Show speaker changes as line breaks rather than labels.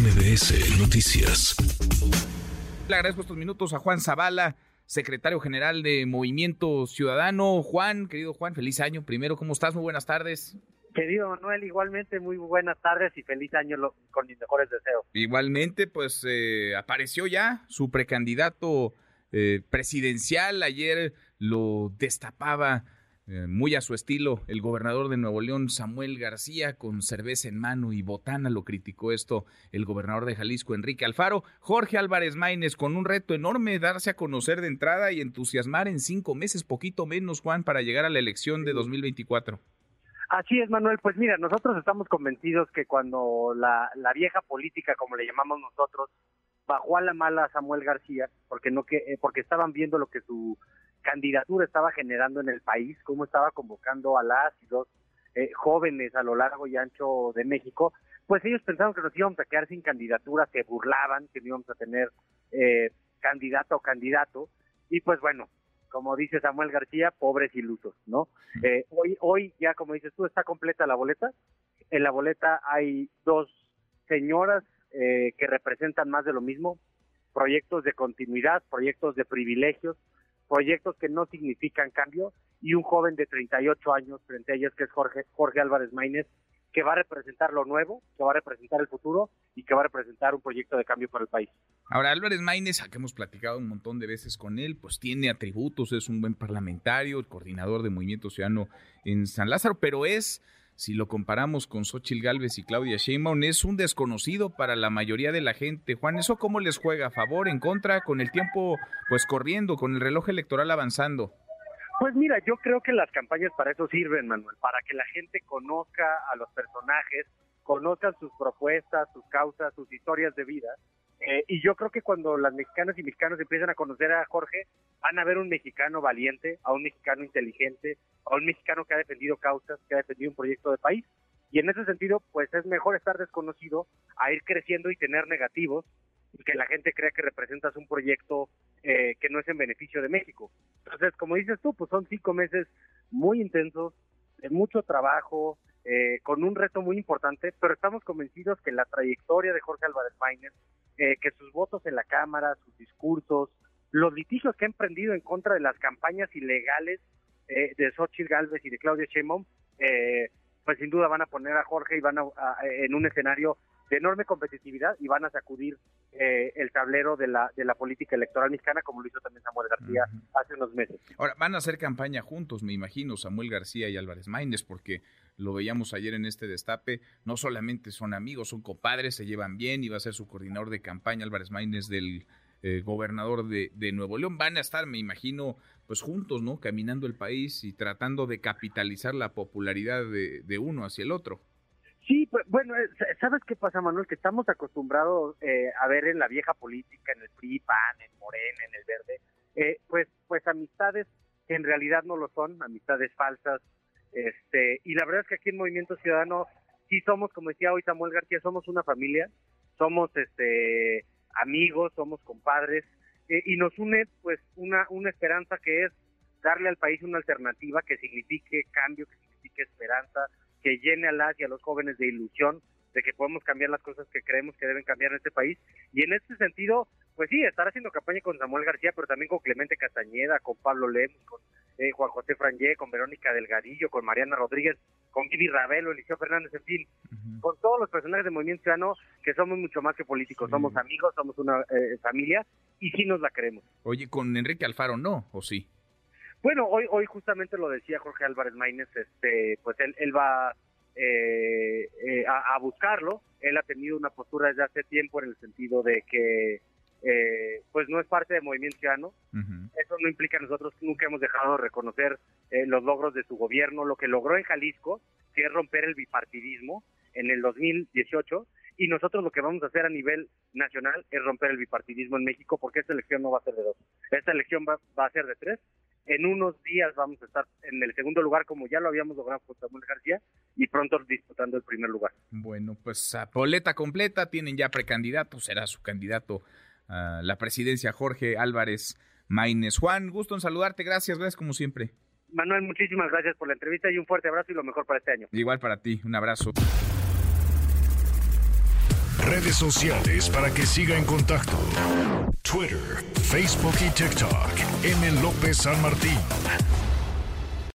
MBS Noticias.
Le agradezco estos minutos a Juan Zavala, secretario general de Movimiento Ciudadano. Juan, querido Juan, feliz año. Primero, ¿cómo estás? Muy buenas tardes.
Querido Manuel, igualmente muy buenas tardes y feliz año con mis mejores deseos.
Igualmente, pues apareció ya su precandidato presidencial. Ayer lo destapaba muy a su estilo el gobernador de Nuevo León, Samuel García, con cerveza en mano y botana. Lo criticó esto el gobernador de Jalisco, Enrique Alfaro. Jorge Álvarez Maínez, con un reto enorme, darse a conocer de entrada y entusiasmar en 5 meses, poquito menos, Juan, para llegar a la elección de 2024.
Así es, Manuel. Pues mira, nosotros estamos convencidos que cuando la vieja política, como le llamamos nosotros, bajó a la mala a Samuel García, porque estaban viendo lo que su candidatura estaba generando en el país, cómo estaba convocando a las y los jóvenes a lo largo y ancho de México, pues ellos pensaron que nos íbamos a quedar sin candidatura, se burlaban que no íbamos a tener candidato o candidato, y pues bueno, como dice Samuel García, pobres ilusos, ¿no? Hoy ya, como dices tú, está completa la boleta. En la boleta hay 2 señoras que representan más de lo mismo, proyectos de continuidad, proyectos de privilegios, proyectos que no significan cambio, y un joven de 38 años frente a ellos, que es Jorge Álvarez Maínez, que va a representar lo nuevo, que va a representar el futuro y que va a representar un proyecto de cambio para el país.
Ahora, Álvarez Maínez, a que hemos platicado un montón de veces con él, pues tiene atributos, es un buen parlamentario, el coordinador de Movimiento Ciudadano en San Lázaro, pero si lo comparamos con Xóchitl Gálvez y Claudia Sheinbaum, es un desconocido para la mayoría de la gente. Juan, ¿eso cómo les juega? ¿A favor, en contra, con el tiempo pues corriendo, con el reloj electoral avanzando?
Pues mira, yo creo que las campañas para eso sirven, Manuel, para que la gente conozca a los personajes, conozcan sus propuestas, sus causas, sus historias de vida. Y yo creo que cuando las mexicanas y mexicanos empiezan a conocer a Jorge, van a ver un mexicano valiente, a un mexicano inteligente, a un mexicano que ha defendido causas, que ha defendido un proyecto de país. Y en ese sentido, pues es mejor estar desconocido a ir creciendo y tener negativos, y que la gente crea que representas un proyecto que no es en beneficio de México. Entonces, como dices tú, pues son 5 meses muy intensos, de mucho trabajo, con un reto muy importante, pero estamos convencidos que la trayectoria de Jorge Álvarez Maínez, que sus votos en la Cámara, sus discursos, los litigios que ha emprendido en contra de las campañas ilegales de Xóchitl Gálvez y de Claudia Sheinbaum, pues sin duda van a poner a Jorge y van en un escenario de enorme competitividad y van a sacudir el tablero de la política electoral mexicana, como lo hizo también Samuel García hace unos meses.
Ahora, van a hacer campaña juntos, me imagino, Samuel García y Álvarez Maínez, porque lo veíamos ayer en este destape, no solamente son amigos, son compadres, se llevan bien, y va a ser su coordinador de campaña Álvarez Maínez del gobernador de Nuevo León. Van a estar, me imagino, pues juntos, ¿no? Caminando el país y tratando de capitalizar la popularidad de uno hacia el otro.
Sí, pues bueno, ¿sabes qué pasa, Manuel? Que estamos acostumbrados a ver en la vieja política, en el PRI, PAN, en Morena, en el Verde, pues amistades que en realidad no lo son, amistades falsas, y la verdad es que aquí en Movimiento Ciudadano sí somos, como decía hoy Samuel García, somos una familia, somos amigos, somos compadres, y nos une pues una esperanza, que es darle al país una alternativa que signifique cambio, que signifique esperanza, que llene a las y a los jóvenes de ilusión de que podemos cambiar las cosas que creemos que deben cambiar en este país. Y en este sentido, pues sí, estar haciendo campaña con Samuel García, pero también con Clemente Castañeda, con Pablo Lemos, con Juan José Frangé, con Verónica Delgadillo, con Mariana Rodríguez, con Vivi Ravelo, Eliseo Fernández, en fin, con todos los personajes de Movimiento Ciudadano, que somos mucho más que políticos, somos amigos, somos una familia, y sí nos la queremos.
Oye, con Enrique Alfaro no, ¿o sí?
Bueno, hoy justamente lo decía Jorge Álvarez Maínez, pues él va a buscarlo. Él ha tenido una postura desde hace tiempo en el sentido de que pues no es parte de Movimiento Ciudadano. Eso no implica, nosotros nunca hemos dejado de reconocer los logros de su gobierno, lo que logró en Jalisco, que es romper el bipartidismo en el 2018, y nosotros lo que vamos a hacer a nivel nacional es romper el bipartidismo en México, porque esta elección no va a ser de 2, esta elección va a ser de 3. En unos días vamos a estar en el segundo lugar, como ya lo habíamos logrado con Samuel García, y pronto disputando el primer lugar.
Bueno, pues a boleta completa, tienen ya precandidato, será su candidato a la presidencia, Jorge Álvarez Maínez. Juan, gusto en saludarte, gracias como siempre.
Manuel, muchísimas gracias por la entrevista y un fuerte abrazo y lo mejor para este año.
Igual para ti, un abrazo.
Redes sociales para que siga en contacto: Twitter, Facebook y TikTok. M. López San Martín.